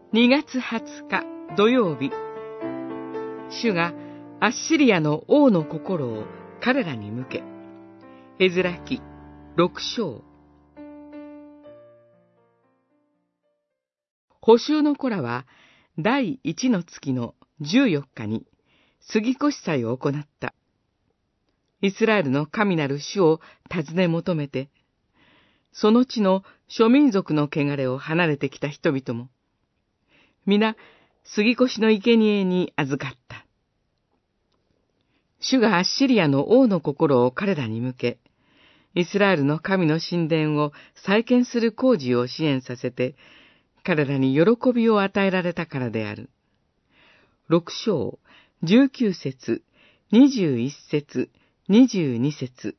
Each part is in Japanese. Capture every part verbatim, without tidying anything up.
にがつはつか土曜日、主がアッシリアの王の心を彼らに向け、エズラ記六章。補修の子らは第一の月の十四日に杉越祭を行った。イスラエルの神なる主を尋ね求めて、その地の諸民族の汚れを離れてきた人々も、皆、杉越の生贄に預かった。主がアッシリアの王の心を彼らに向け、イスラエルの神の神殿を再建する工事を支援させて、彼らに喜びを与えられたからである。六章、十九節、二十一節、二十二節。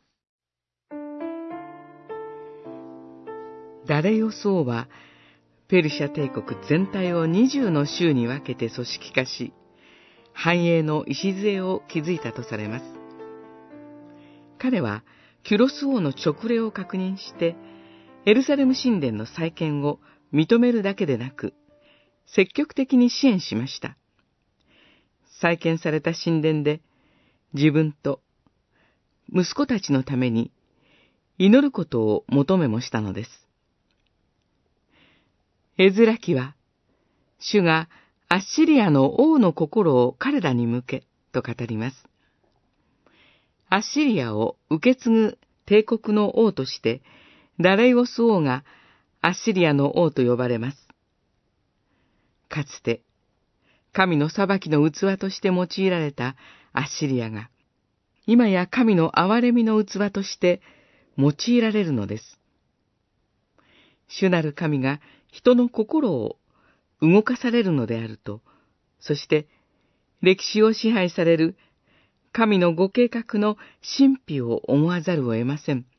ダレヨス王は、ペルシャ帝国全体を二十の州に分けて組織化し、繁栄の礎を築いたとされます。彼は、キュロス王の勅令を確認して、エルサレム神殿の再建を認めるだけでなく、積極的に支援しました。再建された神殿で、自分と息子たちのために祈ることを求めもしたのです。エズラ記は、主がアッシリアの王の心を彼らに向けと語ります。アッシリアを受け継ぐ帝国の王として、ダレイオス王がアッシリアの王と呼ばれます。かつて、神の裁きの器として用いられたアッシリアが、今や神の憐れみの器として用いられるのです。主なる神が人の心を動かされるのであると、そして歴史を支配される神のご計画の神秘を思わざるを得ません。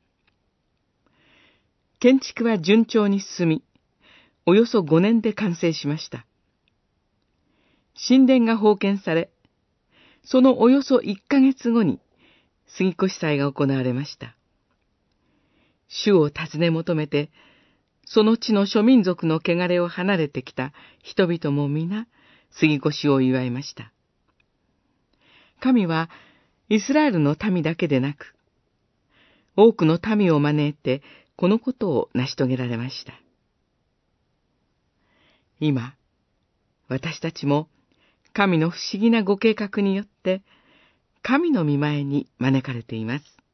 建築は順調に進み、およそごねんで完成しました。神殿が封建され、そのおよそいっかげつごに杉越祭が行われました。主を尋ね求めて、その地の諸民族の汚れを離れてきた人々も皆、杉越を祝いました。神は、イスラエルの民だけでなく、多くの民を招いて、このことを成し遂げられました。今、私たちも、神の不思議なご計画によって、神の御前に招かれています。